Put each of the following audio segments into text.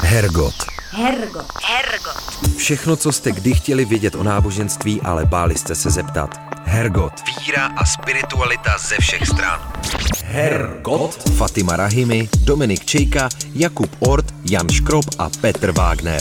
Hergot. Hergot. Všechno, co jste kdy chtěli vědět o náboženství, ale báli jste se zeptat. Hergot. Víra a spiritualita ze všech stran. Hergot. Fatima Rahimi, Dominik Čejka, Jakub Ort, Jan Škrob a Petr Wagner.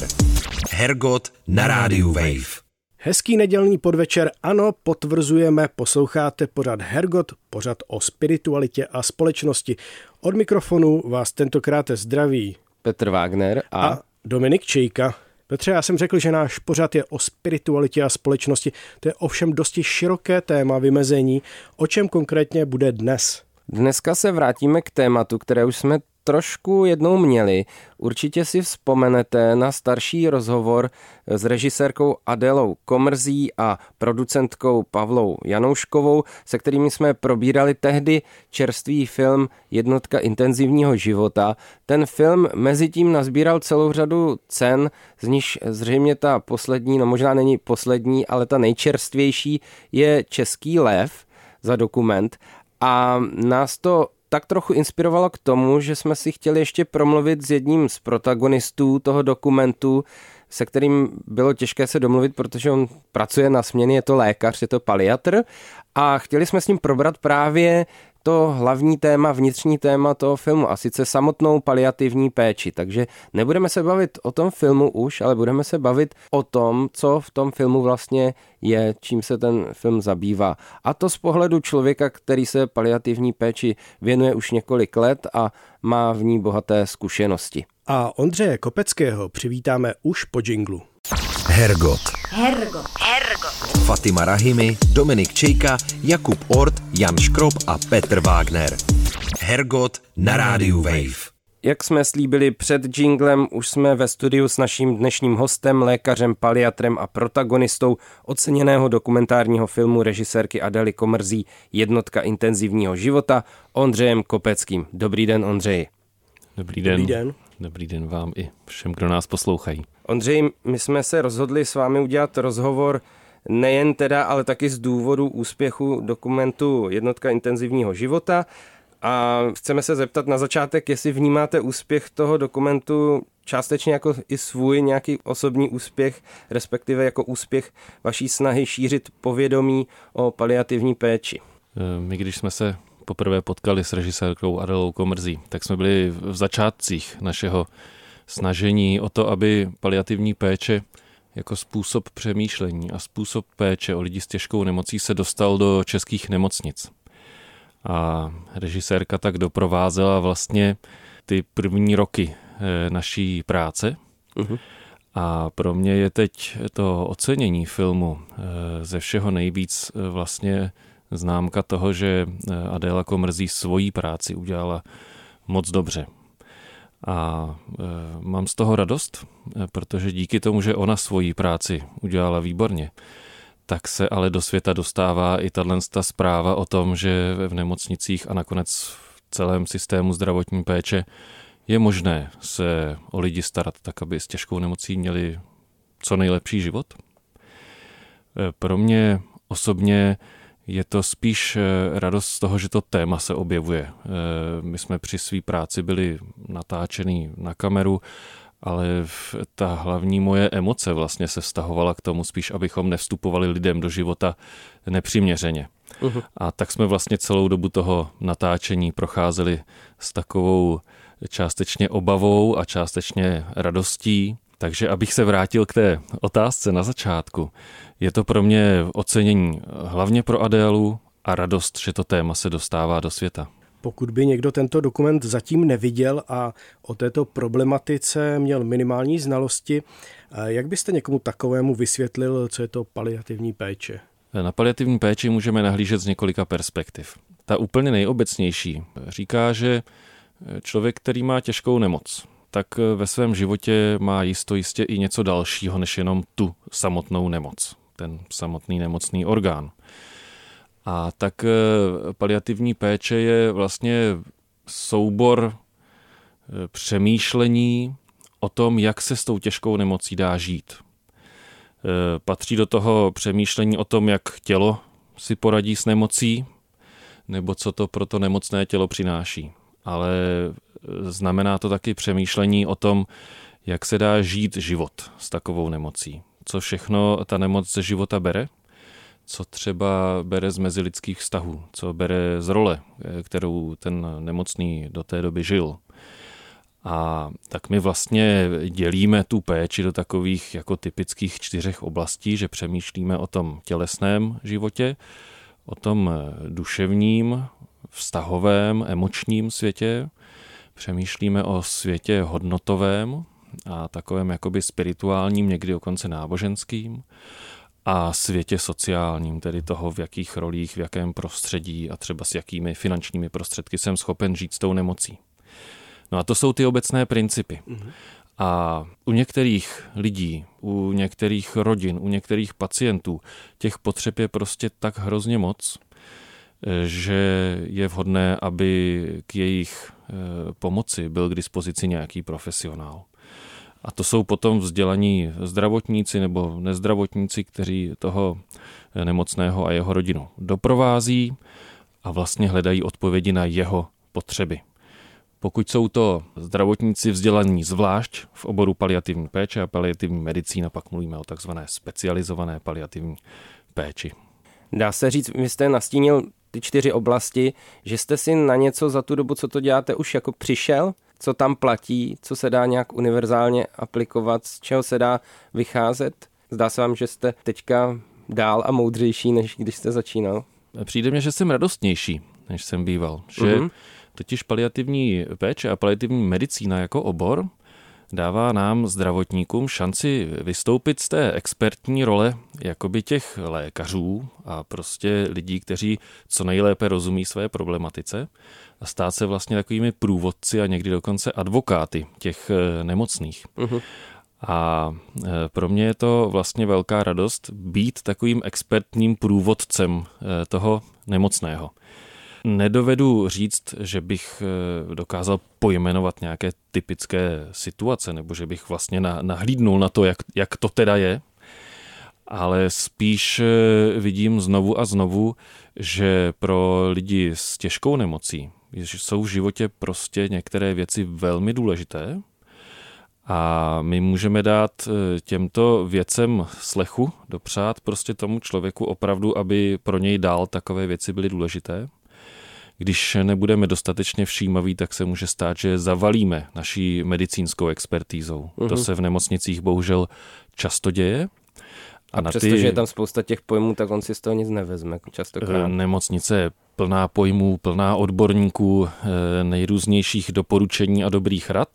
Hergot na rádiu Wave. Hezký nedělní podvečer, ano, potvrzujeme, posloucháte pořad Hergot, pořad o spiritualitě a společnosti. Od mikrofonu vás tentokrát zdraví Petr Wagner a Dominik Čejka. Petře, já jsem řekl, že náš pořad je o spiritualitě a společnosti. To je ovšem dosti široké téma vymezení. O čem konkrétně bude dnes? Dneska se vrátíme k tématu, které už jsme trošku jednou měli. Určitě si vzpomenete na starší rozhovor s režisérkou Adélou Komrzí a producentkou Pavlou Janouškovou, se kterými jsme probírali tehdy čerstvý film Jednotka intenzivního života. Ten film mezitím nazbíral celou řadu cen, z níž zřejmě ta poslední, no možná není poslední, ale ta nejčerstvější je Český lev za dokument. A nás to tak trochu inspirovalo k tomu, že jsme si chtěli ještě promluvit s jedním z protagonistů toho dokumentu, se kterým bylo těžké se domluvit, protože on pracuje na směně, je to lékař, je to paliatr a chtěli jsme s ním probrat právě to hlavní téma, vnitřní téma toho filmu a sice samotnou paliativní péči. Takže nebudeme se bavit o tom filmu už, ale budeme se bavit o tom, co v tom filmu vlastně je, čím se ten film zabývá. A to z pohledu člověka, který se paliativní péči věnuje už několik let a má v ní bohaté zkušenosti. A Ondřeje Kopeckého přivítáme už po džinglu. Hergot. Hergot. Fatima Rahimi, Dominik Čejka, Jakub Ort, Jan Škrob a Petr Wagner. Hergot na rádiu Wave. Jak jsme slíbili před džinglem, už jsme ve studiu s naším dnešním hostem, lékařem, paliatrem a protagonistou oceněného dokumentárního filmu režisérky Adély Komrzí Jednotka intenzivního života, Ondřejem Kopeckým. Dobrý den, Ondřeji. Dobrý den. Dobrý den vám i všem, kdo nás poslouchají. Ondřej, my jsme se rozhodli s vámi udělat rozhovor nejen teda, ale taky z důvodu úspěchu dokumentu Jednotka intenzivního života a chceme se zeptat na začátek, jestli vnímáte úspěch toho dokumentu částečně jako i svůj nějaký osobní úspěch, respektive jako úspěch vaší snahy šířit povědomí o paliativní péči. My, když jsme se poprvé potkali s režisérkou Adélou Komrzí, tak jsme byli v začátcích našeho snažení o to, aby paliativní péče jako způsob přemýšlení a způsob péče o lidi s těžkou nemocí se dostal do českých nemocnic. A režisérka tak doprovázela vlastně ty první roky naší práce. A pro mě je teď to ocenění filmu ze všeho nejvíc vlastně známka toho, že Adéla Komrzí svoji práci udělala moc dobře. A mám z toho radost, protože díky tomu, že ona svoji práci udělala výborně, tak se ale do světa dostává i tato zpráva o tom, že v nemocnicích a nakonec v celém systému zdravotní péče je možné se o lidi starat tak, aby s těžkou nemocí měli co nejlepší život. Pro mě osobně je to spíš radost z toho, že to téma se objevuje. My jsme při své práci byli natáčený na kameru, ale ta hlavní moje emoce vlastně se vztahovala k tomu spíš, abychom nevstupovali lidem do života nepřiměřeně. A tak jsme vlastně celou dobu toho natáčení procházeli s takovou částečně obavou a částečně radostí. Takže abych se vrátil k té otázce na začátku, je to pro mě ocenění hlavně pro Adélu a radost, že to téma se dostává do světa. Pokud by někdo tento dokument zatím neviděl a o této problematice měl minimální znalosti, jak byste někomu takovému vysvětlil, co je to paliativní péče? Na paliativní péči můžeme nahlížet z několika perspektiv. Ta úplně nejobecnější říká, že člověk, který má těžkou nemoc, tak ve svém životě má jistě i něco dalšího, než jenom tu samotnou nemoc, ten samotný nemocný orgán. A tak paliativní péče je vlastně soubor přemýšlení o tom, jak se s tou těžkou nemocí dá žít. Patří do toho přemýšlení o tom, jak tělo si poradí s nemocí, nebo co to pro to nemocné tělo přináší. Ale znamená to taky přemýšlení o tom, jak se dá žít život s takovou nemocí. Co všechno ta nemoc ze života bere, co třeba bere z mezilidských vztahů, co bere z role, kterou ten nemocný do té doby žil. A tak my vlastně dělíme tu péči do takových jako typických 4 oblastí, že přemýšlíme o tom tělesném životě, o tom duševním, vztahovém, emočním světě, přemýšlíme o světě hodnotovém a takovém jakoby spirituálním, někdy dokonce náboženským, a světě sociálním, tedy toho, v jakých rolích, v jakém prostředí a třeba s jakými finančními prostředky jsem schopen žít s tou nemocí. No a to jsou ty obecné principy. A u některých lidí, u některých rodin, u některých pacientů těch potřeb je prostě tak hrozně moc, že je vhodné, aby k jejich pomoci byl k dispozici nějaký profesionál. A to jsou potom vzdělaní zdravotníci nebo nezdravotníci, kteří toho nemocného a jeho rodinu doprovází a vlastně hledají odpovědi na jeho potřeby. Pokud jsou to zdravotníci vzdělaní zvlášť v oboru paliativní péče a paliativní medicína, pak mluvíme o takzvané specializované paliativní péči. Dá se říct, vy jste nastínil ty 4 oblasti, že jste si na něco za tu dobu, co to děláte, už jako přišel, co tam platí, co se dá nějak univerzálně aplikovat, z čeho se dá vycházet? Zdá se vám, že jste teďka dál a moudřejší, než když jste začínal? Přijde mně, že jsem radostnější, než jsem býval. Že totiž paliativní péče a paliativní medicína jako obor dává nám zdravotníkům šanci vystoupit z té expertní role jakoby těch lékařů a prostě lidí, kteří co nejlépe rozumí své problematice a stát se vlastně takovými průvodci a někdy dokonce advokáty těch nemocných. A pro mě je to vlastně velká radost být takovým expertním průvodcem toho nemocného. Nedovedu říct, že bych dokázal pojmenovat nějaké typické situace, nebo že bych vlastně nahlídnul na to, jak to teda je, ale spíš vidím znovu a znovu, že pro lidi s těžkou nemocí jsou v životě prostě některé věci velmi důležité a my můžeme dát těmto věcem slechu, dopřát prostě tomu člověku opravdu, aby pro něj dál takové věci byly důležité. Když nebudeme dostatečně všímaví, tak se může stát, že zavalíme naší medicínskou expertízou. To se v nemocnicích bohužel často děje. A přestože je tam spousta těch pojmů, tak on si z toho nic nevezme častokrát. Nemocnice je plná pojmů, plná odborníků, nejrůznějších doporučení a dobrých rad.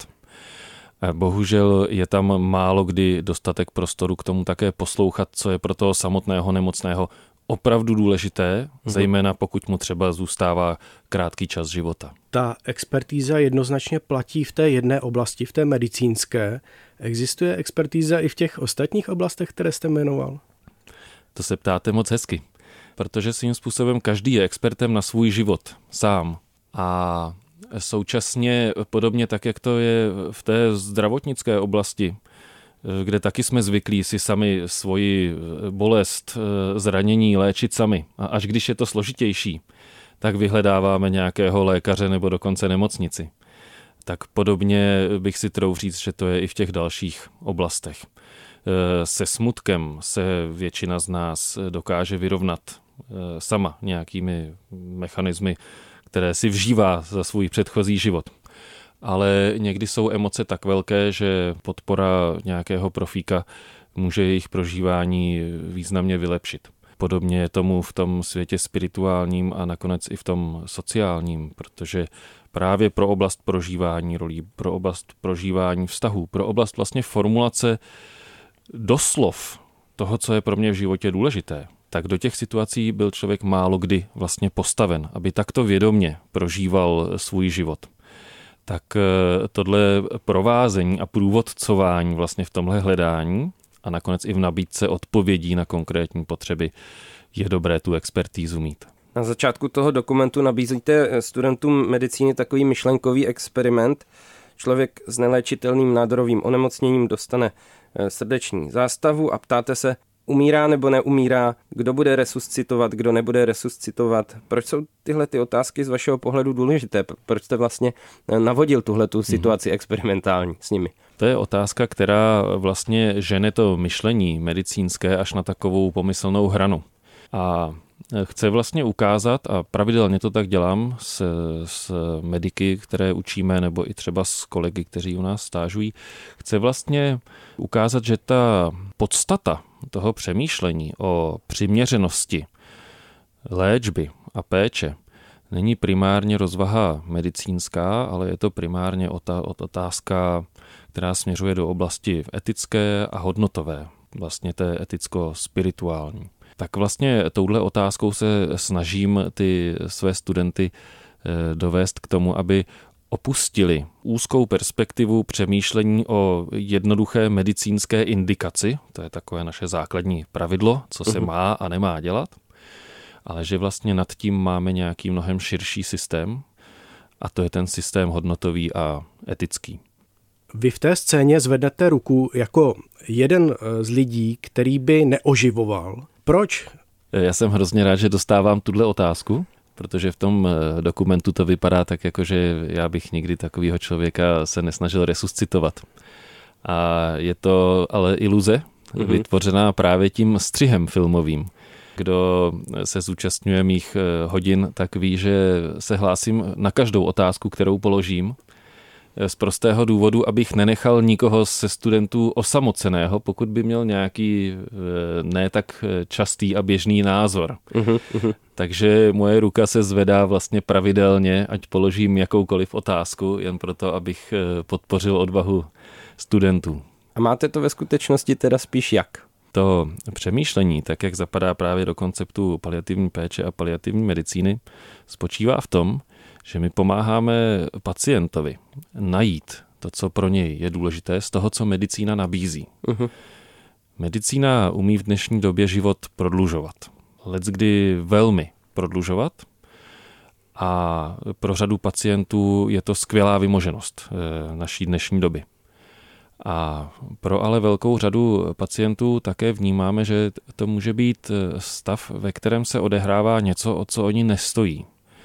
Bohužel je tam málo kdy dostatek prostoru k tomu také poslouchat, co je pro toho samotného nemocného opravdu důležité, zejména pokud mu třeba zůstává krátký čas života. Ta expertíza jednoznačně platí v té jedné oblasti, v té medicínské. Existuje expertíza i v těch ostatních oblastech, které jste jmenoval? To se ptáte moc hezky, protože svým způsobem každý je expertem na svůj život sám. A současně podobně tak, jak to je v té zdravotnické oblasti, kde taky jsme zvyklí si sami svoji bolest, zranění léčit sami. A až když je to složitější, tak vyhledáváme nějakého lékaře nebo dokonce nemocnici. Tak podobně bych si troufl říct, že to je i v těch dalších oblastech. Se smutkem se většina z nás dokáže vyrovnat sama nějakými mechanismy, které si vžívá za svůj předchozí život. Ale někdy jsou emoce tak velké, že podpora nějakého profíka může jejich prožívání významně vylepšit. Podobně je tomu v tom světě spirituálním a nakonec i v tom sociálním, protože právě pro oblast prožívání rolí, pro oblast prožívání vztahů, pro oblast vlastně formulace doslov toho, co je pro mě v životě důležité, tak do těch situací byl člověk málo kdy vlastně postaven, aby takto vědomě prožíval svůj život. Tak tohle provázení a průvodcování vlastně v tomhle hledání a nakonec i v nabídce odpovědí na konkrétní potřeby je dobré tu expertízu mít. Na začátku toho dokumentu nabízíte studentům medicíny takový myšlenkový experiment. Člověk s neléčitelným nádorovým onemocněním dostane srdeční zástavu a ptáte se, umírá nebo neumírá, kdo bude resuscitovat, kdo nebude resuscitovat. Proč jsou tyhle ty otázky z vašeho pohledu důležité? Proč jste vlastně navodil tuhletu situaci experimentální s nimi? To je otázka, která vlastně žene to myšlení medicínské až na takovou pomyslnou hranu. A chce vlastně ukázat, a pravidelně to tak dělám s mediky, které učíme, nebo i třeba s kolegy, kteří u nás stážují, chce vlastně ukázat, že ta podstata toho přemýšlení o přiměřenosti léčby a péče není primárně rozvaha medicínská, ale je to primárně otázka, která směřuje do oblasti etické a hodnotové, vlastně té eticko-spirituální. Tak vlastně touhle otázkou se snažím ty své studenty dovést k tomu, aby opustili úzkou perspektivu přemýšlení o jednoduché medicínské indikaci, to je takové naše základní pravidlo, co se má a nemá dělat, ale že vlastně nad tím máme nějaký mnohem širší systém a to je ten systém hodnotový a etický. Vy v té scéně zvednete ruku jako jeden z lidí, který by neoživoval. Proč? Já jsem hrozně rád, že dostávám tuhle otázku, protože v tom dokumentu to vypadá tak, jako že já bych nikdy takového člověka se nesnažil resuscitovat. A je to ale iluze, vytvořená právě tím střihem filmovým. Kdo se zúčastňuje mých hodin, tak ví, že se hlásím na každou otázku, kterou položím, z prostého důvodu, abych nenechal nikoho ze studentů osamoceného, pokud by měl nějaký ne tak častý a běžný názor. Takže moje ruka se zvedá vlastně pravidelně, ať položím jakoukoliv otázku, jen proto, abych podpořil odvahu studentů. A máte to ve skutečnosti teda spíš jak? To přemýšlení, tak jak zapadá právě do konceptu paliativní péče a paliativní medicíny, spočívá v tom, že my pomáháme pacientovi najít to, co pro něj je důležité, z toho, co medicína nabízí. Medicína umí v dnešní době život prodlužovat. Leckdy velmi prodlužovat a pro řadu pacientů je to skvělá vymoženost naší dnešní doby. A pro ale velkou řadu pacientů také vnímáme, že to může být stav, ve kterém se odehrává něco, o co oni nestojí.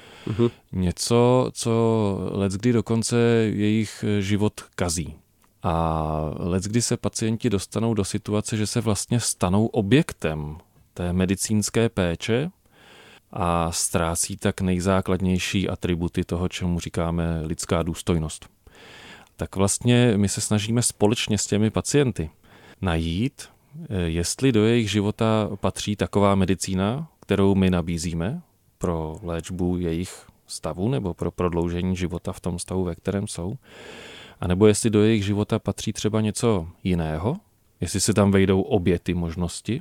Něco, co leckdy dokonce jejich život kazí. A leckdy se pacienti dostanou do situace, že se vlastně stanou objektem té medicínské péče a ztrácí tak nejzákladnější atributy toho, čemu říkáme lidská důstojnost. Tak vlastně my se snažíme společně s těmi pacienty najít, jestli do jejich života patří taková medicína, kterou my nabízíme pro léčbu jejich stavu nebo pro prodloužení života v tom stavu, ve kterém jsou, anebo jestli do jejich života patří třeba něco jiného, jestli se tam vejdou obě ty možnosti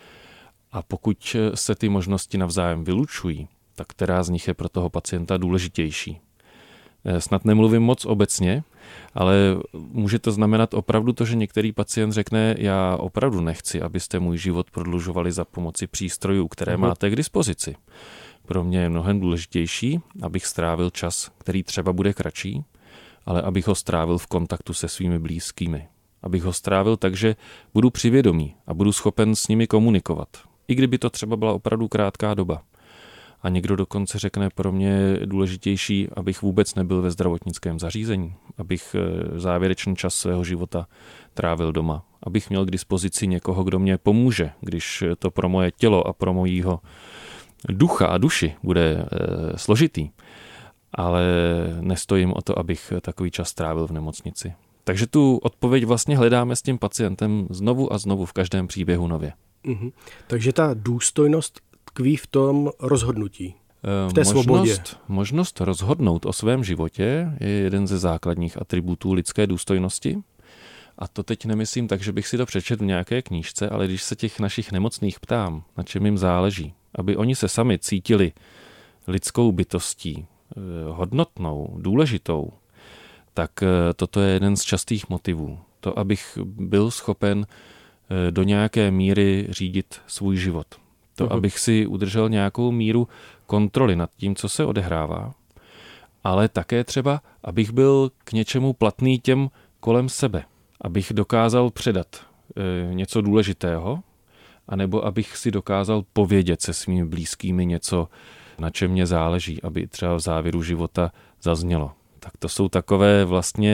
a pokud se ty možnosti navzájem vylučují, tak která z nich je pro toho pacienta důležitější. Snad nemluvím moc obecně, ale může to znamenat opravdu to, že některý pacient řekne, já opravdu nechci, abyste můj život prodlužovali za pomoci přístrojů, které máte k dispozici. Pro mě je mnohem důležitější, abych strávil čas, který třeba bude kratší, ale abych ho strávil v kontaktu se svými blízkými. Abych ho strávil tak, že budu přivědomý a budu schopen s nimi komunikovat. I kdyby to třeba byla opravdu krátká doba. A někdo dokonce řekne, pro mě je důležitější, abych vůbec nebyl ve zdravotnickém zařízení, abych závěrečný čas svého života trávil doma, abych měl k dispozici někoho, kdo mě pomůže, když to pro moje tělo a pro mojího ducha a duši bude složitý, ale nestojím o to, abych takový čas trávil v nemocnici. Takže tu odpověď vlastně hledáme s tím pacientem znovu a znovu v každém příběhu nově. Takže ta důstojnost tkví v tom rozhodnutí, v té svobodě. Možnost rozhodnout o svém životě je jeden ze základních atributů lidské důstojnosti. A to teď nemyslím tak, že bych si to přečetl v nějaké knížce, ale když se těch našich nemocných ptám, na čem jim záleží, aby oni se sami cítili lidskou bytostí, hodnotnou, důležitou, tak toto je jeden z častých motivů. To, abych byl schopen do nějaké míry řídit svůj život. To, abych si udržel nějakou míru kontroly nad tím, co se odehrává, ale také třeba, abych byl k něčemu platný těm kolem sebe, abych dokázal předat něco důležitého, anebo abych si dokázal povědět se svými blízkými něco, na čem mě záleží, aby třeba v závěru života zaznělo. Tak to jsou takové vlastně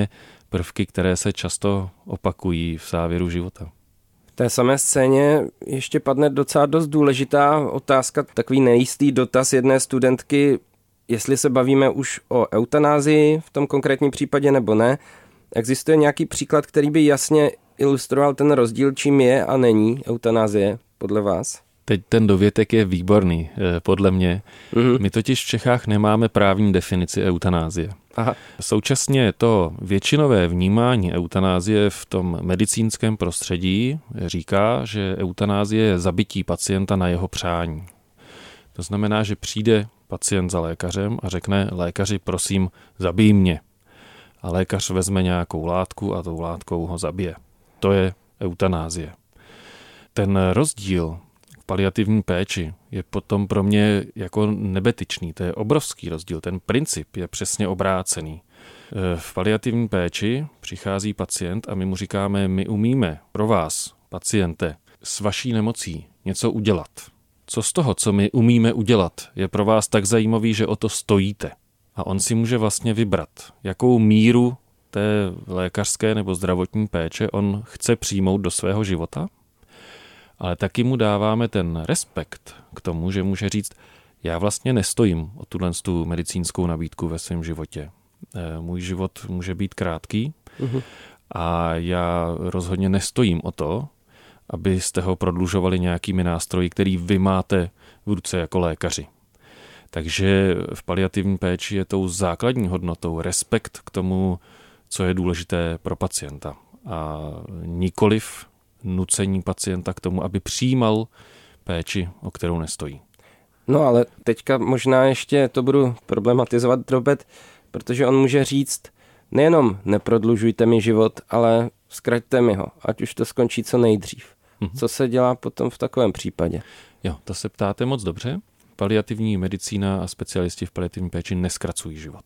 prvky, které se často opakují v závěru života. V té samé scéně ještě padne docela dost důležitá otázka, takový nejistý dotaz jedné studentky, jestli se bavíme už o eutanázii v tom konkrétním případě nebo ne. Existuje nějaký příklad, který by jasně ilustroval ten rozdíl, čím je a není eutanázie podle vás? Teď ten dovětek je výborný, podle mě. My totiž v Čechách nemáme právní definici eutanázie. Aha. Současně to většinové vnímání eutanázie v tom medicínském prostředí říká, že eutanázie je zabití pacienta na jeho přání. To znamená, že přijde pacient za lékařem a řekne: lékaři, prosím, zabij mě. A lékař vezme nějakou látku a tou látkou ho zabije. To je eutanázie. Ten rozdíl v paliativní péči je potom pro mě jako nebetyčný. To je obrovský rozdíl. Ten princip je přesně obrácený. V paliativní péči přichází pacient a my mu říkáme: my umíme pro vás, paciente, s vaší nemocí něco udělat. Co z toho, co my umíme udělat, je pro vás tak zajímavý, že o to stojíte. A on si může vlastně vybrat, jakou míru té lékařské nebo zdravotní péče on chce přijmout do svého života, ale taky mu dáváme ten respekt k tomu, že může říct: já vlastně nestojím o tu medicínskou nabídku ve svém životě. Můj život může být krátký a já rozhodně nestojím o to, abyste ho prodlužovali nějakými nástroji, který vy máte v ruce jako lékaři. Takže v paliativní péči je tou základní hodnotou respekt k tomu, co je důležité pro pacienta. A nikoliv nucení pacienta k tomu, aby přijímal péči, o kterou nestojí. No ale teďka možná ještě to budu problematizovat drobet, protože on může říct: nejenom neprodlužujte mi život, ale zkraťte mi ho, ať už to skončí co nejdřív. Co se dělá potom v takovém případě? Jo, to se ptáte moc dobře. Paliativní medicína a specialisti v paliativní péči neskracují život.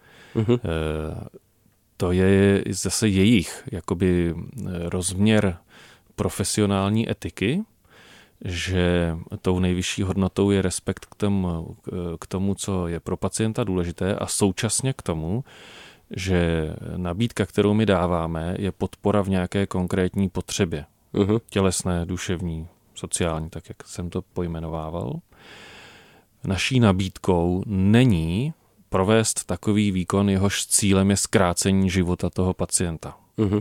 To je zase jejich jakoby rozměr profesionální etiky, že tou nejvyšší hodnotou je respekt k tomu, co je pro pacienta důležité, a současně k tomu, že nabídka, kterou my dáváme, je podpora v nějaké konkrétní potřebě. Tělesné, duševní, sociální, tak jak jsem to pojmenovával. Naší nabídkou není provést takový výkon, jehož cílem je zkrácení života toho pacienta.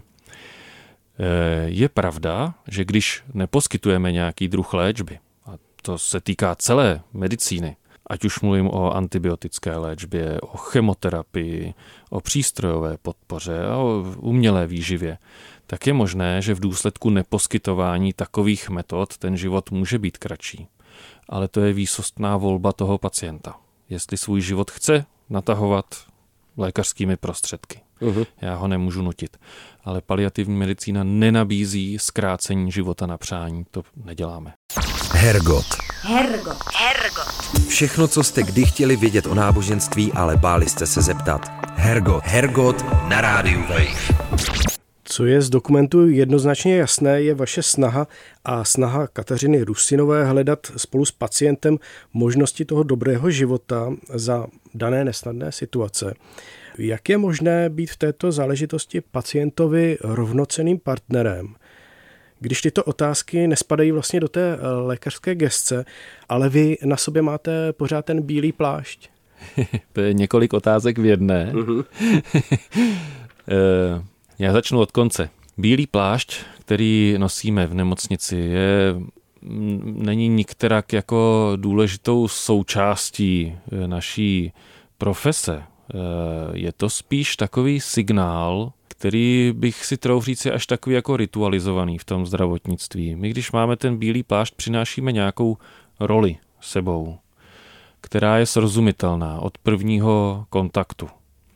Je pravda, že když neposkytujeme nějaký druh léčby, a to se týká celé medicíny, ať už mluvím o antibiotické léčbě, o chemoterapii, o přístrojové podpoře a o umělé výživě, tak je možné, že v důsledku neposkytování takových metod ten život může být kratší. Ale to je výsostná volba toho pacienta. Jestli svůj život chce natahovat lékařskými prostředky. Já ho nemůžu nutit. Ale paliativní medicína nenabízí zkrácení života na přání. To neděláme. Hergot. Všechno, co jste kdy chtěli vědět o náboženství, ale báli jste se zeptat. Hergot na rádiu Wave. Co je z dokumentu jednoznačně jasné, je vaše snaha Kateřiny Rusinové hledat spolu s pacientem možnosti toho dobrého života za dané nesnadné situace. Jak je možné být v této záležitosti pacientovi rovnocenným partnerem, když tyto otázky nespadají vlastně do té lékařské gesce, ale vy na sobě máte pořád ten bílý plášť? To je několik otázek v jedné. Já začnu od konce. Bílý plášť, který nosíme v nemocnici, není nikterak jako důležitou součástí naší profese. Je to spíš takový signál, který bych si troufl říct je až takový jako ritualizovaný v tom zdravotnictví. My, když máme ten bílý plášť, přinášíme nějakou roli sebou, která je srozumitelná od prvního kontaktu.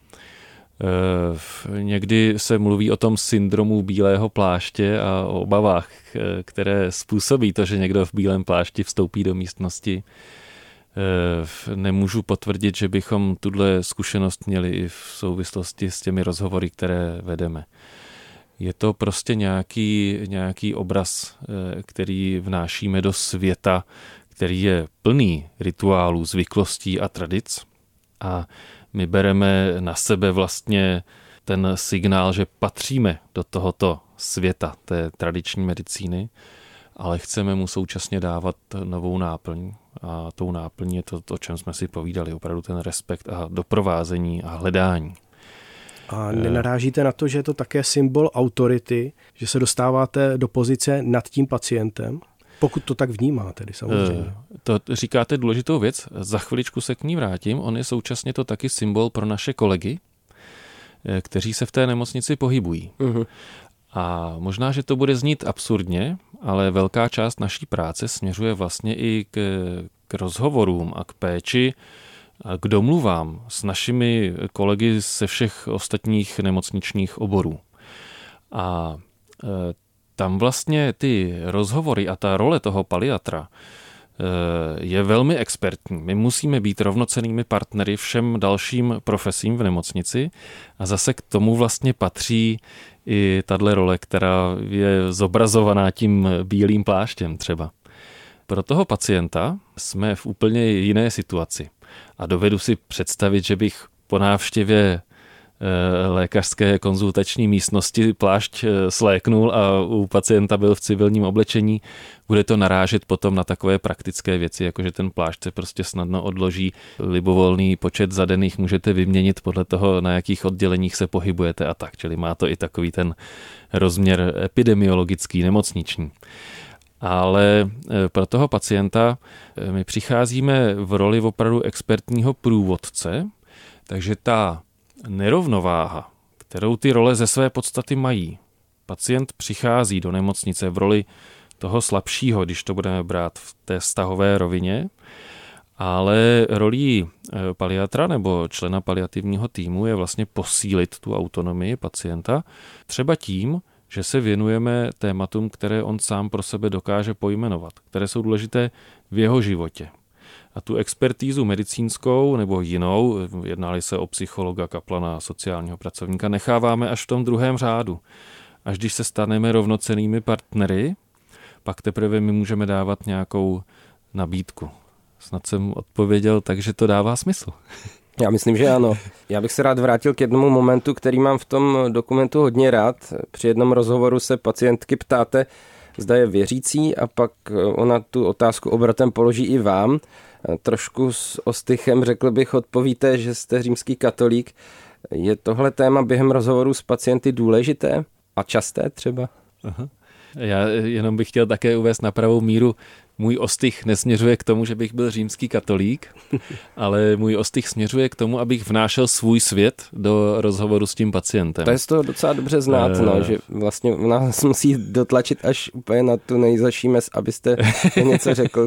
Někdy se mluví o tom syndromu bílého pláště a o obavách, které způsobí to, že někdo v bílém plášti vstoupí do místnosti. Nemůžu potvrdit, že bychom tuhle zkušenost měli i v souvislosti s těmi rozhovory, které vedeme. Je to prostě nějaký obraz, který vnášíme do světa, který je plný rituálů, zvyklostí a tradic, a my bereme na sebe vlastně ten signál, že patříme do tohoto světa té tradiční medicíny, ale chceme mu současně dávat novou náplň. A tou náplní je to, o čem jsme si povídali, opravdu ten respekt a doprovázení a hledání. A nenarážíte na to, že je to také symbol autority, že se dostáváte do pozice nad tím pacientem? Pokud to tak vnímá, tedy samozřejmě. To říkáte důležitou věc, za chviličku se k ní vrátím. On je současně to taky symbol pro naše kolegy, kteří se v té nemocnici pohybují. Uh-huh. A možná, že to bude znít absurdně, ale velká část naší práce směřuje vlastně i k rozhovorům a k péči, a k domluvám s našimi kolegy ze všech ostatních nemocničních oborů. A tam vlastně ty rozhovory a ta role toho paliatra je velmi expertní. My musíme být rovnocennými partnery všem dalším profesím v nemocnici a zase k tomu vlastně patří i tato role, která je zobrazovaná tím bílým pláštěm třeba. Pro toho pacienta jsme v úplně jiné situaci a dovedu si představit, že bych po návštěvě lékařské konzultační místnosti plášť sléknul a u pacienta byl v civilním oblečení, bude to narážet potom na takové praktické věci, jako že ten plášť se prostě snadno odloží, libovolný počet zadaných můžete vyměnit podle toho, na jakých odděleních se pohybujete a tak, čili má to i takový ten rozměr epidemiologický, nemocniční. Ale pro toho pacienta my přicházíme v roli opravdu expertního průvodce, takže ta nerovnováha, kterou ty role ze své podstaty mají. Pacient přichází do nemocnice v roli toho slabšího, když to budeme brát v té vztahové rovině, ale rolí paliatra nebo člena paliativního týmu je vlastně posílit tu autonomii pacienta, třeba tím, že se věnujeme tématům, které on sám pro sebe dokáže pojmenovat, které jsou důležité v jeho životě. A tu expertízu medicínskou nebo jinou, jednali se o psychologa, kaplana, sociálního pracovníka, necháváme až v tom druhém řádu. Až když se staneme rovnocennými partnery, pak teprve my můžeme dávat nějakou nabídku. Snad jsem odpověděl, takže to dává smysl. Já myslím, že ano. Já bych se rád vrátil k jednomu momentu, který mám v tom dokumentu hodně rád. Při jednom rozhovoru se pacientky ptáte, zda je věřící, a pak ona tu otázku obratem položí i vám. Trošku s ostychem, řekl bych, odpovíte, že jste římský katolík. Je tohle téma během rozhovoru s pacienty důležité a časté třeba? Aha. Já jenom bych chtěl také uvést na pravou míru. Můj ostych nesměřuje k tomu, že bych byl římský katolík, ale můj ostych směřuje k tomu, abych vnášel svůj svět do rozhovoru s tím pacientem. To je z toho docela dobře znát, že vlastně nás musí dotlačit až úplně na tu nejzaší mez, abyste něco řekl.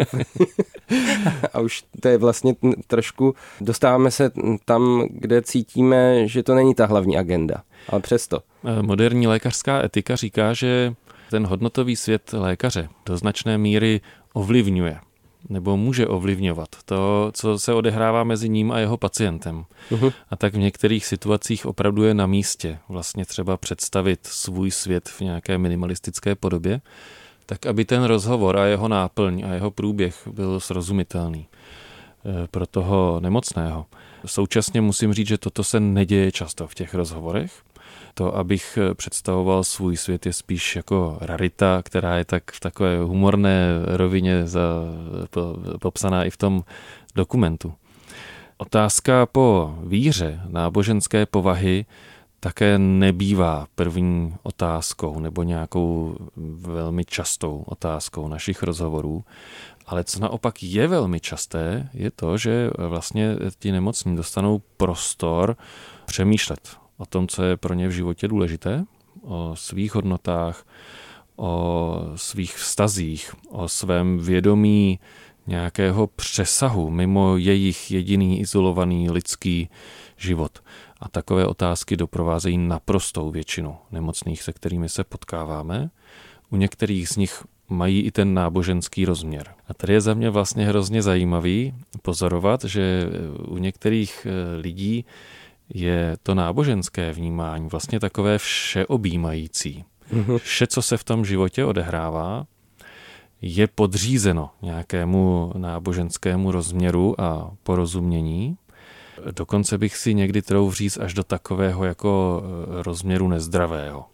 A už to je vlastně trošku, dostáváme se tam, kde cítíme, že to není ta hlavní agenda, ale přesto. Moderní lékařská etika říká, že ten hodnotový svět lékaře do značné míry ovlivňuje nebo může ovlivňovat to, co se odehrává mezi ním a jeho pacientem. Uh-huh. A tak v některých situacích opravdu je na místě vlastně třeba představit svůj svět v nějaké minimalistické podobě, tak aby ten rozhovor a jeho náplň a jeho průběh byl srozumitelný pro toho nemocného. Současně musím říct, že toto se neděje často v těch rozhovorech. To, abych představoval svůj svět, je spíš jako rarita, která je tak v takové humorné rovině popsaná i v tom dokumentu. Otázka po víře náboženské povahy také nebývá první otázkou nebo nějakou velmi častou otázkou našich rozhovorů, ale co naopak je velmi časté, je to, že vlastně ti nemocní dostanou prostor přemýšlet o tom, co je pro ně v životě důležité, o svých hodnotách, o svých vztazích, o svém vědomí nějakého přesahu mimo jejich jediný izolovaný lidský život. A takové otázky doprovázejí naprostou většinu nemocných, se kterými se potkáváme. U některých z nich mají i ten náboženský rozměr. A tady je za mě vlastně hrozně zajímavý pozorovat, že u některých lidí je to náboženské vnímání vlastně takové všeobjímající. Vše, co se v tom životě odehrává, je podřízeno nějakému náboženskému rozměru a porozumění. Dokonce bych si někdy trouf říct až do takového jako rozměru nezdravého.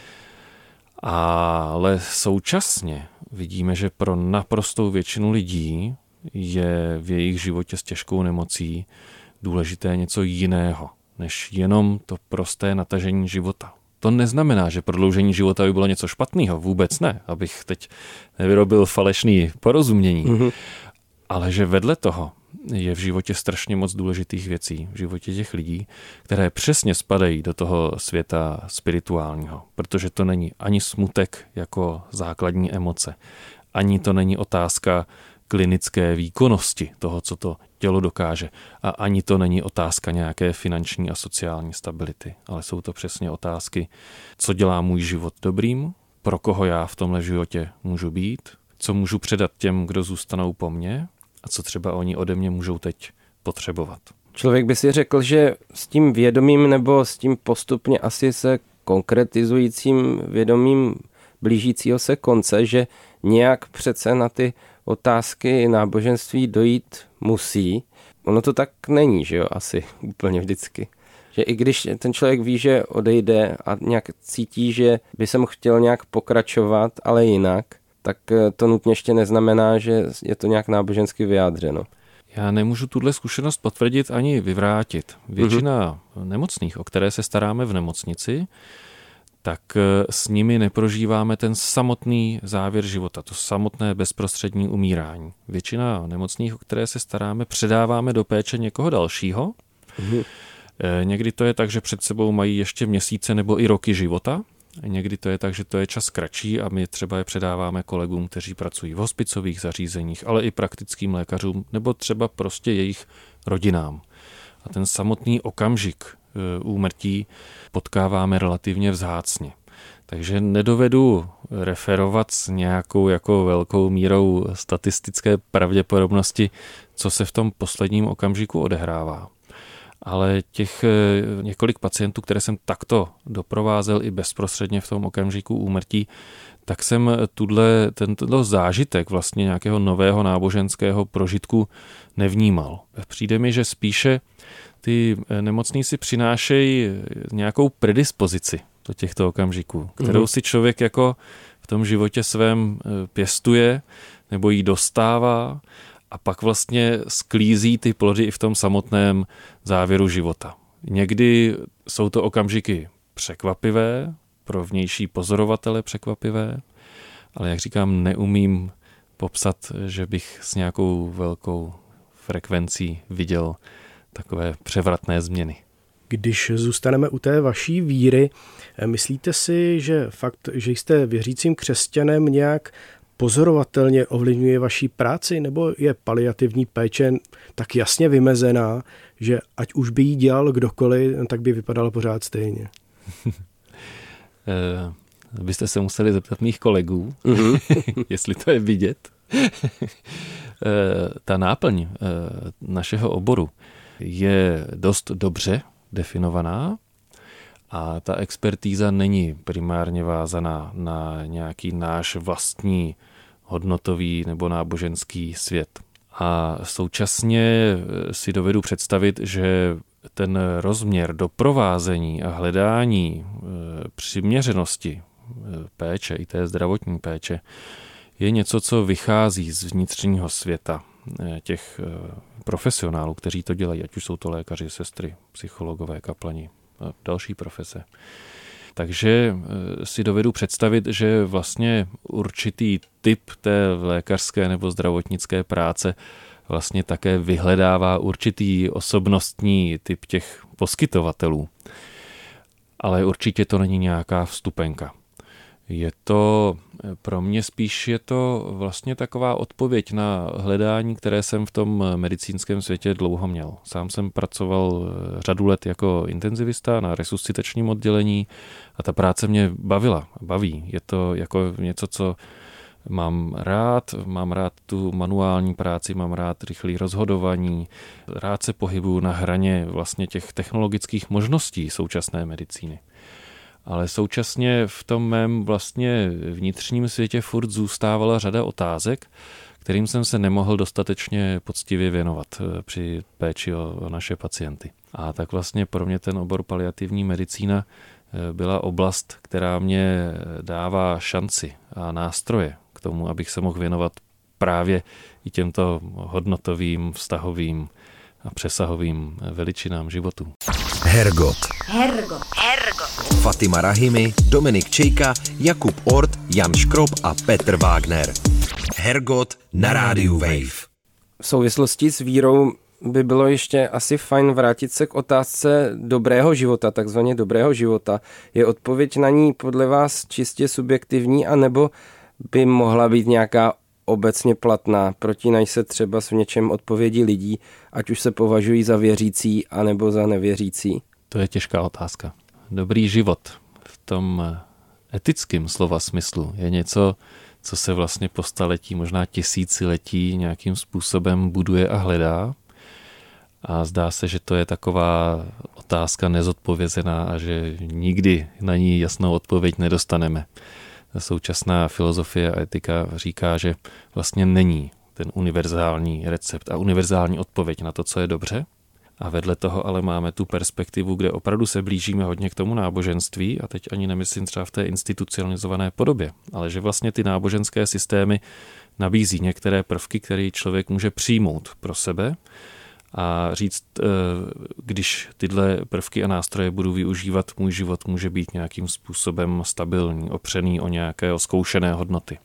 Ale současně vidíme, že pro naprostou většinu lidí je v jejich životě s těžkou nemocí důležité něco jiného, než jenom to prosté natažení života. To neznamená, že prodloužení života by bylo něco špatného, vůbec ne, abych teď nevyrobil falešný porozumění. Ale že vedle toho je v životě strašně moc důležitých věcí, v životě těch lidí, které přesně spadají do toho světa spirituálního, protože to není ani smutek jako základní emoce, ani to není otázka klinické výkonnosti toho, co to tělo dokáže, a ani to není otázka nějaké finanční a sociální stability, ale jsou to přesně otázky, co dělá můj život dobrým, pro koho já v tomhle životě můžu být, co můžu předat těm, kdo zůstanou po mně, a co třeba oni ode mě můžou teď potřebovat. Člověk by si řekl, že s tím vědomím nebo s tím postupně asi se konkretizujícím vědomím blížícího se konce, že nějak přece na ty otázky náboženství dojít musí. Ono to tak není, že jo, asi úplně vždycky. Že i když ten člověk ví, že odejde a nějak cítí, že by se mu chtěl nějak pokračovat, ale jinak, tak to nutně ještě neznamená, že je to nějak nábožensky vyjádřeno. Já nemůžu tuhle zkušenost potvrdit ani vyvrátit. Většina nemocných, o které se staráme v nemocnici, tak s nimi neprožíváme ten samotný závěr života, to samotné bezprostřední umírání. Většina nemocných, o které se staráme, předáváme do péče někoho dalšího. Někdy to je tak, že před sebou mají ještě měsíce nebo i roky života. Někdy to je tak, že to je čas kratší a my třeba je předáváme kolegům, kteří pracují v hospicových zařízeních, ale i praktickým lékařům nebo třeba prostě jejich rodinám. A ten samotný okamžik úmrtí potkáváme relativně vzácně. Takže nedovedu referovat s nějakou jako velkou mírou statistické pravděpodobnosti, co se v tom posledním okamžiku odehrává. Ale těch několik pacientů, které jsem takto doprovázel i bezprostředně v tom okamžiku úmrtí, tak jsem tento zážitek vlastně nějakého nového náboženského prožitku nevnímal. Přijde mi, že spíše ty nemocní si přinášejí nějakou predispozici do těchto okamžiků, kterou si člověk jako v tom životě svém pěstuje nebo ji dostává a pak vlastně sklízí ty plody i v tom samotném závěru života. Někdy jsou to okamžiky překvapivé, pro vnější pozorovatele překvapivé, ale jak říkám, neumím popsat, že bych s nějakou velkou frekvencí viděl takové převratné změny. Když zůstaneme u té vaší víry, myslíte si, že fakt, že jste věřícím křesťanem, nějak pozorovatelně ovlivňuje vaší práci, nebo je paliativní péče tak jasně vymezená, že ať už by jí dělal kdokoliv, tak by vypadala pořád stejně? Byste se museli zeptat mých kolegů, jestli to je vidět. Ta náplň našeho oboru je dost dobře definovaná a ta expertíza není primárně vázaná na nějaký náš vlastní hodnotový nebo náboženský svět. A současně si dovedu představit, že ten rozměr doprovázení a hledání přiměřenosti péče, i té zdravotní péče, je něco, co vychází z vnitřního světa těch profesionálů, kteří to dělají, ať už jsou to lékaři, sestry, psychologové, kaplani a další profese. Takže si dovedu představit, že vlastně určitý typ té lékařské nebo zdravotnické práce vlastně také vyhledává určitý osobnostní typ těch poskytovatelů. Ale určitě to není nějaká vstupenka. Pro mě spíš je to vlastně taková odpověď na hledání, které jsem v tom medicínském světě dlouho měl. Sám jsem pracoval řadu let jako intenzivista na resuscitačním oddělení a ta práce mě baví. Je to jako něco, co mám rád tu manuální práci, mám rád rychlé rozhodování, rád se pohybuju na hraně vlastně těch technologických možností současné medicíny. Ale současně v tom mém vlastně vnitřním světě furt zůstávala řada otázek, kterým jsem se nemohl dostatečně poctivě věnovat při péči o naše pacienty. A tak vlastně pro mě ten obor paliativní medicína byla oblast, která mě dává šanci a nástroje k tomu, abych se mohl věnovat právě i těmto hodnotovým, vztahovým a přesahovým veličinám životu. Hergot. Fatima Rahimi, Dominik Čejka, Jakub Ort, Jan Škrob a Petr Wagner. Hergot na rádiu Wave. V souvislosti s vírou by bylo ještě asi fajn vrátit se k otázce dobrého života, takzvaně dobrého života. Je odpověď na ní podle vás čistě subjektivní, anebo by mohla být nějaká obecně platná? Protínají se třeba v něčem odpovědi lidí, ať už se považují za věřící, anebo za nevěřící? To je těžká otázka. Dobrý život v tom etickém slova smyslu je něco, co se vlastně po staletí, možná tisíciletí nějakým způsobem buduje a hledá. A zdá se, že to je taková otázka nezodpovězená a že nikdy na ní jasnou odpověď nedostaneme. Současná filozofie a etika říká, že vlastně není ten univerzální recept a univerzální odpověď na to, co je dobře. A vedle toho ale máme tu perspektivu, kde opravdu se blížíme hodně k tomu náboženství, a teď ani nemyslím třeba v té institucionalizované podobě, ale že vlastně ty náboženské systémy nabízí některé prvky, které člověk může přijmout pro sebe a říct, když tyhle prvky a nástroje budu využívat, můj život může být nějakým způsobem stabilní, opřený o nějaké zkoušené hodnoty.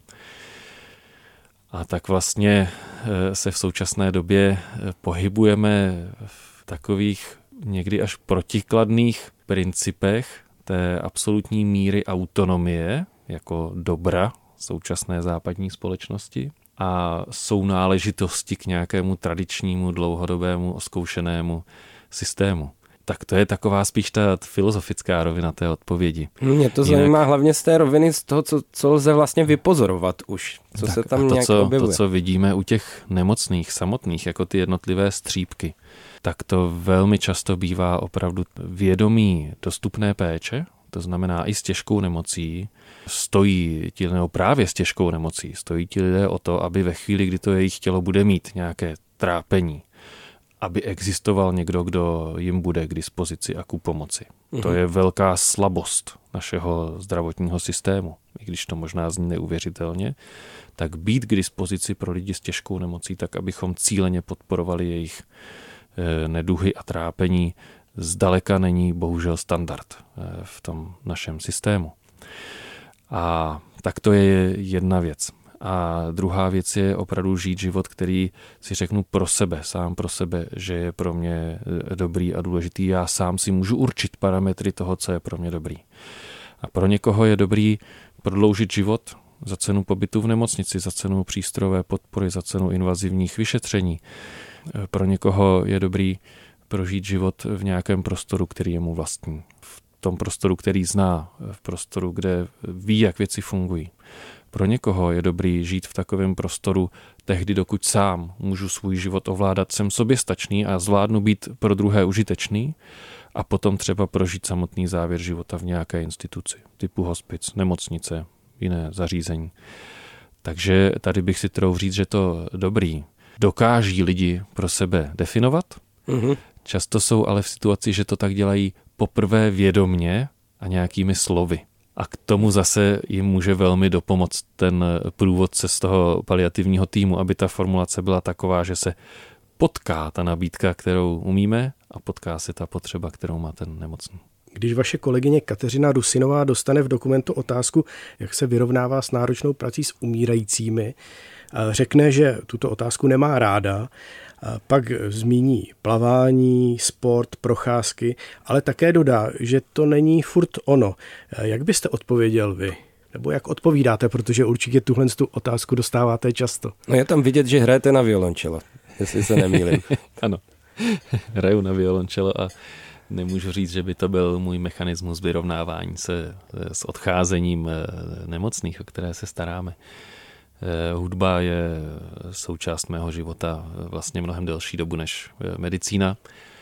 A tak vlastně se v současné době pohybujeme v takových někdy až protikladných principech té absolutní míry autonomie jako dobra současné západní společnosti a sounáležitosti k nějakému tradičnímu, dlouhodobému, oskoušenému systému. Tak to je taková spíš ta filozofická rovina té odpovědi. Mě to zajímá hlavně z té roviny, z toho, co lze vlastně vypozorovat už. Co tak se tam nějak objevuje. To, co vidíme u těch nemocných samotných, jako ty jednotlivé střípky, tak to velmi často bývá opravdu vědomí dostupné péče, to znamená i s těžkou nemocí, stojí ti lidé o to, aby ve chvíli, kdy to jejich tělo bude mít nějaké trápení, aby existoval někdo, kdo jim bude k dispozici a ku pomoci. To je velká slabost našeho zdravotního systému. I když to možná zní neuvěřitelně, tak být k dispozici pro lidi s těžkou nemocí, tak abychom cíleně podporovali jejich neduhy a trápení, zdaleka není bohužel standard v tom našem systému. A tak to je jedna věc. A druhá věc je opravdu žít život, který si řeknu pro sebe, sám pro sebe, že je pro mě dobrý a důležitý. Já sám si můžu určit parametry toho, co je pro mě dobrý. A pro někoho je dobrý prodloužit život za cenu pobytu v nemocnici, za cenu přístrojové podpory, za cenu invazivních vyšetření. Pro někoho je dobrý prožít život v nějakém prostoru, který je mu vlastní. V tom prostoru, který zná, v prostoru, kde ví, jak věci fungují. Pro někoho je dobrý žít v takovém prostoru tehdy, dokud sám můžu svůj život ovládat, jsem soběstačný a zvládnu být pro druhé užitečný a potom třeba prožít samotný závěr života v nějaké instituci, typu hospic, nemocnice, jiné zařízení. Takže tady bych si troufl říct, že to dobrý dokáží lidi pro sebe definovat. Často jsou ale v situaci, že to tak dělají poprvé vědomně a nějakými slovy. A k tomu zase jim může velmi dopomoct ten průvodce z toho paliativního týmu, aby ta formulace byla taková, že se potká ta nabídka, kterou umíme, a potká se ta potřeba, kterou má ten nemocný. Když vaše kolegyně Kateřina Rusinová dostane v dokumentu otázku, jak se vyrovnává s náročnou prací s umírajícími, řekne, že tuto otázku nemá ráda, pak zmíní plavání, sport, procházky, ale také dodá, že to není furt ono. Jak byste odpověděl vy? Nebo jak odpovídáte, protože určitě tuhle otázku dostáváte často. No je tam vidět, že hrajete na violončelo, jestli se nemýlím. Ano, hraju na violončelo a nemůžu říct, že by to byl můj mechanismus vyrovnávání se s odcházením nemocných, o které se staráme. Hudba je součást mého života vlastně mnohem delší dobu než medicína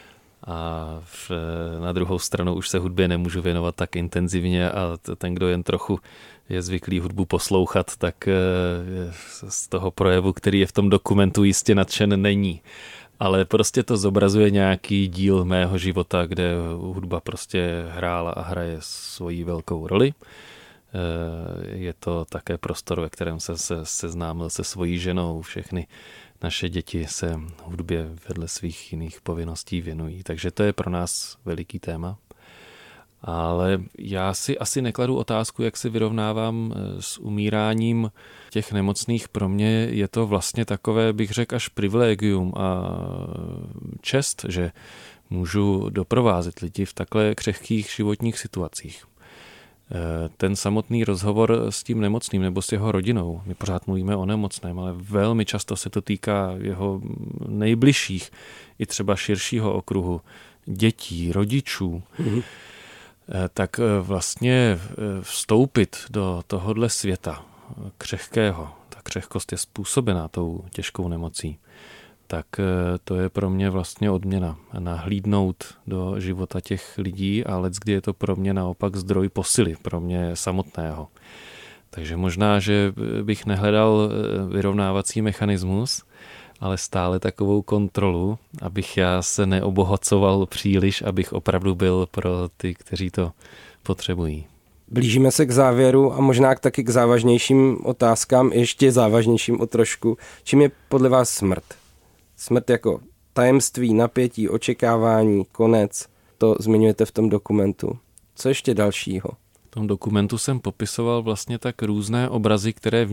a na druhou stranu už se hudbě nemůžu věnovat tak intenzivně a ten, kdo jen trochu je zvyklý hudbu poslouchat, tak z toho projevu, který je v tom dokumentu, jistě nadšen není. Ale prostě to zobrazuje nějaký díl mého života, kde hudba prostě hrála a hraje svoji velkou roli. Je to také prostor, ve kterém jsem se seznámil se svojí ženou. Všechny naše děti se hudbě vedle svých jiných povinností věnují. Takže to je pro nás veliký téma. Ale já si asi nekladu otázku, jak si vyrovnávám s umíráním těch nemocných. Pro mě je to vlastně takové, bych řekl, až privilegium a čest, že můžu doprovázet lidi v takhle křehkých životních situacích. Ten samotný rozhovor s tím nemocným nebo s jeho rodinou, my pořád mluvíme o nemocném, ale velmi často se to týká jeho nejbližších i třeba širšího okruhu, dětí, rodičů, tak vlastně vstoupit do tohohle světa křehkého, ta křehkost je způsobená tou těžkou nemocí, tak to je pro mě vlastně odměna. Nahlídnout do života těch lidí a leckdy je to pro mě naopak zdroj posily, pro mě samotného. Takže možná, že bych nehledal vyrovnávací mechanismus, ale stále takovou kontrolu, abych já se neobohacoval příliš, abych opravdu byl pro ty, kteří to potřebují. Blížíme se k závěru a možná taky k závažnějším otázkám, ještě závažnějším o trošku. Čím je podle vás smrt? Smrt jako tajemství, napětí, očekávání, konec, to zmiňujete v tom dokumentu. Co ještě dalšího? V tom dokumentu jsem popisoval vlastně tak různé obrazy, které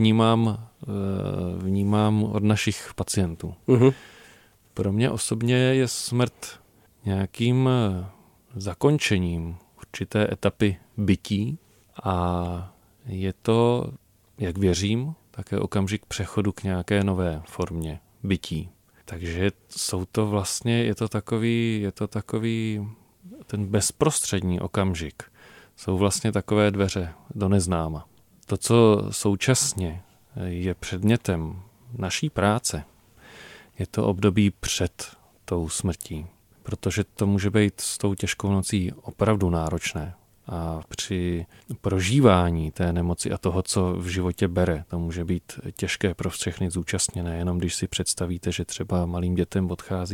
vnímám od našich pacientů. Pro mě osobně je smrt nějakým zakončením určité etapy bytí a je to, jak věřím, také okamžik přechodu k nějaké nové formě bytí. Takže je to takový ten bezprostřední okamžik. Jsou vlastně takové dveře do neznáma. To, co současně je předmětem naší práce, je to období před tou smrtí. Protože to může být s tou těžkou nocí opravdu náročné. A při prožívání té nemoci a toho, co v životě bere, to může být těžké pro všechny zúčastněné. Jenom když si představíte, že třeba malým dětem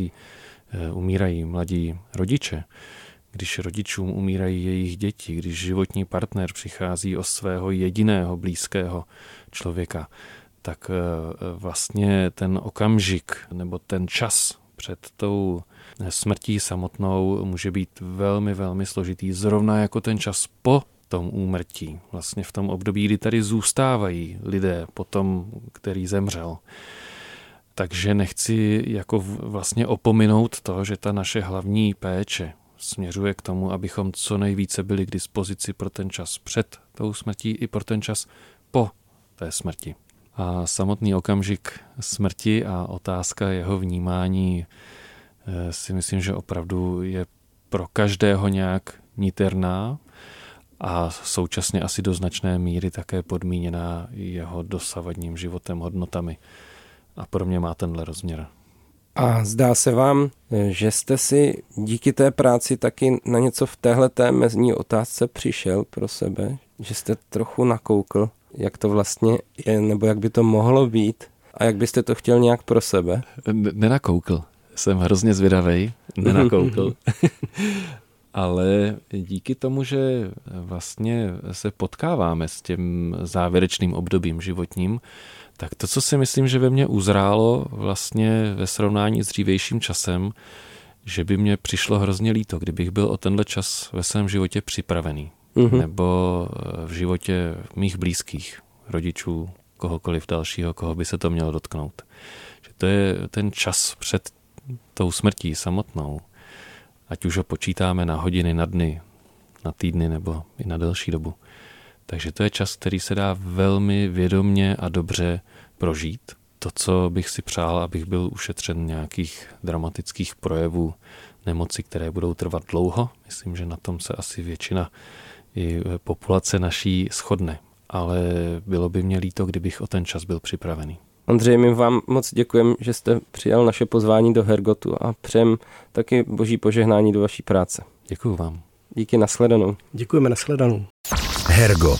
umírají mladí rodiče, když rodičům umírají jejich děti, když životní partner přichází o svého jediného blízkého člověka, tak vlastně ten okamžik nebo ten čas před tou smrtí samotnou může být velmi, velmi složitý. Zrovna jako ten čas po tom úmrtí. Vlastně v tom období, kdy tady zůstávají lidé po tom, který zemřel. Takže nechci jako vlastně opominout to, že ta naše hlavní péče směřuje k tomu, abychom co nejvíce byli k dispozici pro ten čas před tou smrtí i pro ten čas po té smrti. A samotný okamžik smrti a otázka jeho vnímání si myslím, že opravdu je pro každého nějak niterná a současně asi do značné míry také podmíněná jeho dosavadním životem, hodnotami. A pro mě má tenhle rozměr. A zdá se vám, že jste si díky té práci taky na něco v téhleté mezní otázce přišel pro sebe? Že jste trochu nakoukl, jak to vlastně je, nebo jak by to mohlo být a jak byste to chtěl nějak pro sebe? Nenakoukl. Jsem hrozně zvědavej. Nenakoukl. Ale díky tomu, že vlastně se potkáváme s tím závěrečným obdobím životním, tak to, co si myslím, že ve mně uzrálo vlastně ve srovnání s dřívějším časem, že by mě přišlo hrozně líto, kdybych byl o tenhle čas ve svém životě připravený. Nebo v životě mých blízkých, rodičů, kohokoliv dalšího, koho by se to mělo dotknout. Že to je ten čas před tou smrtí samotnou. Ať už ho počítáme na hodiny, na dny, na týdny nebo i na delší dobu. Takže to je čas, který se dá velmi vědomně a dobře prožít. To, co bych si přál, abych byl ušetřen nějakých dramatických projevů nemoci, které budou trvat dlouho. Myslím, že na tom se asi většina i populace naší shodne. Ale bylo by mě líto, kdybych o ten čas byl připravený. Ondřej, my vám moc děkujeme, že jste přijal naše pozvání do Hergotu a přejem taky boží požehnání do vaší práce. Děkuju vám. Díky, nashledanou. Děkujeme, nashledanou. Hergot.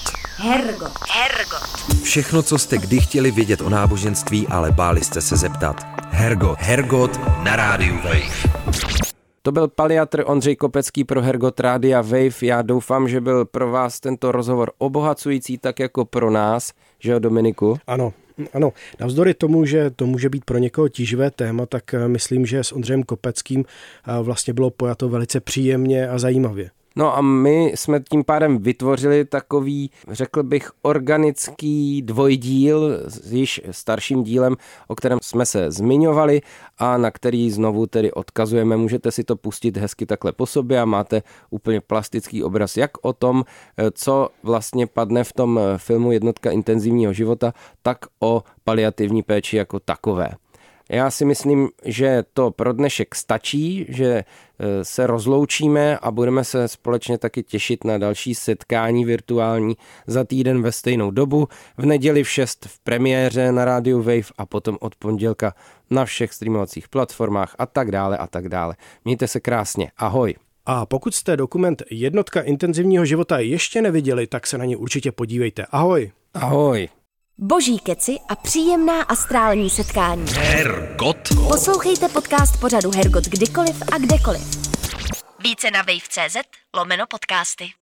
Hergot. Všechno, co jste kdy chtěli vědět o náboženství, ale báli jste se zeptat. Hergot na rádiu Wave. To byl paliatr Ondřej Kopecký pro Hergot Rádia Wave. Já doufám, že byl pro vás tento rozhovor obohacující, tak jako pro nás, že jo, Dominiku? Ano. Navzdory tomu, že to může být pro někoho tíživé téma, tak myslím, že s Ondřejem Kopeckým vlastně bylo pojato velice příjemně a zajímavě. No a my jsme tím pádem vytvořili takový, řekl bych, organický dvojdíl s již starším dílem, o kterém jsme se zmiňovali a na který znovu tedy odkazujeme. Můžete si to pustit hezky takhle po sobě a máte úplně plastický obraz jak o tom, co vlastně padne v tom filmu Jednotka intenzivního života, tak o paliativní péči jako takové. Já si myslím, že to pro dnešek stačí, že se rozloučíme a budeme se společně taky těšit na další setkání virtuální za týden ve stejnou dobu. V neděli v 6 v premiéře na rádiu Wave a potom od pondělka na všech streamovacích platformách a tak dále. Mějte se krásně. Ahoj. A pokud jste dokument Jednotka intenzivního života ještě neviděli, tak se na ně určitě podívejte. Ahoj. Ahoj. Boží keci a příjemná astrální setkání. Hergot. Poslouchejte podcast pořadu Hergot kdykoliv a kdekoliv. Více na wave.cz/podcasty.